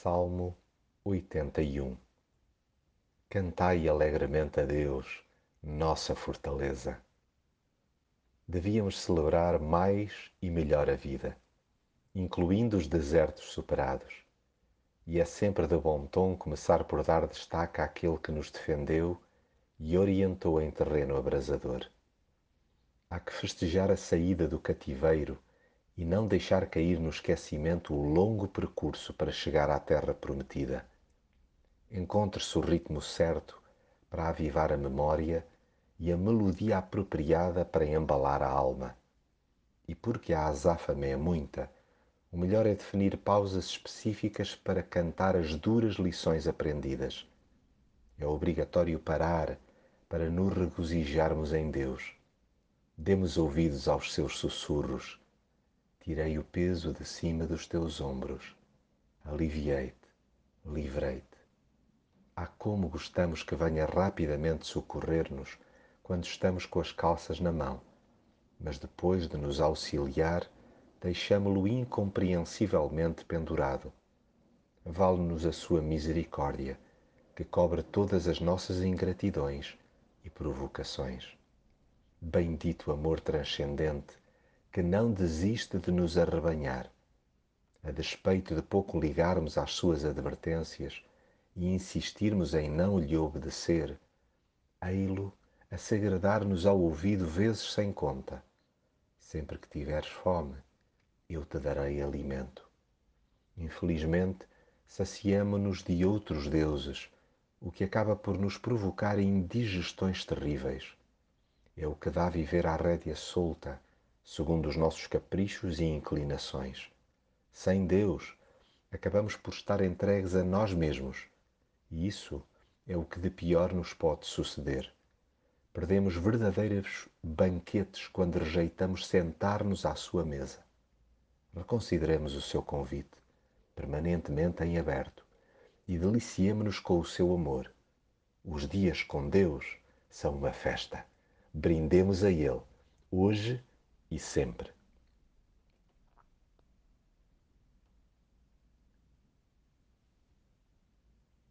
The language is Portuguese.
Salmo 81. Cantai alegremente a Deus, nossa fortaleza. Devíamos celebrar mais e melhor a vida, incluindo os desertos superados. E é sempre de bom tom começar por dar destaque àquele que nos defendeu e orientou em terreno abrasador. Há que festejar a saída do cativeiro e não deixar cair no esquecimento o longo percurso para chegar à terra prometida. Encontre-se o ritmo certo para avivar a memória e a melodia apropriada para embalar a alma. E porque a azáfama é muita, o melhor é definir pausas específicas para cantar as duras lições aprendidas. É obrigatório parar para nos regozijarmos em Deus. Demos ouvidos aos seus sussurros. Tirei o peso de cima dos teus ombros. Aliviei-te, livrei-te. Ah, como gostamos que venha rapidamente socorrer-nos quando estamos com as calças na mão, mas depois de nos auxiliar, deixamo-lo incompreensivelmente pendurado. Vale-nos a sua misericórdia, que cobre todas as nossas ingratidões e provocações. Bendito amor transcendente, que não desiste de nos arrebanhar. A despeito de pouco ligarmos às suas advertências e insistirmos em não lhe obedecer, ei-lo a segredar-nos ao ouvido vezes sem conta. Sempre que tiveres fome, eu te darei alimento. Infelizmente, saciamo-nos de outros deuses, o que acaba por nos provocar indigestões terríveis. É o que dá viver à rédea solta, segundo os nossos caprichos e inclinações. Sem Deus, acabamos por estar entregues a nós mesmos, e isso é o que de pior nos pode suceder. Perdemos verdadeiros banquetes quando rejeitamos sentar-nos à sua mesa. Reconsideremos o seu convite, permanentemente em aberto, e deliciemo-nos com o seu amor. Os dias com Deus são uma festa. Brindemos a Ele, hoje e sempre.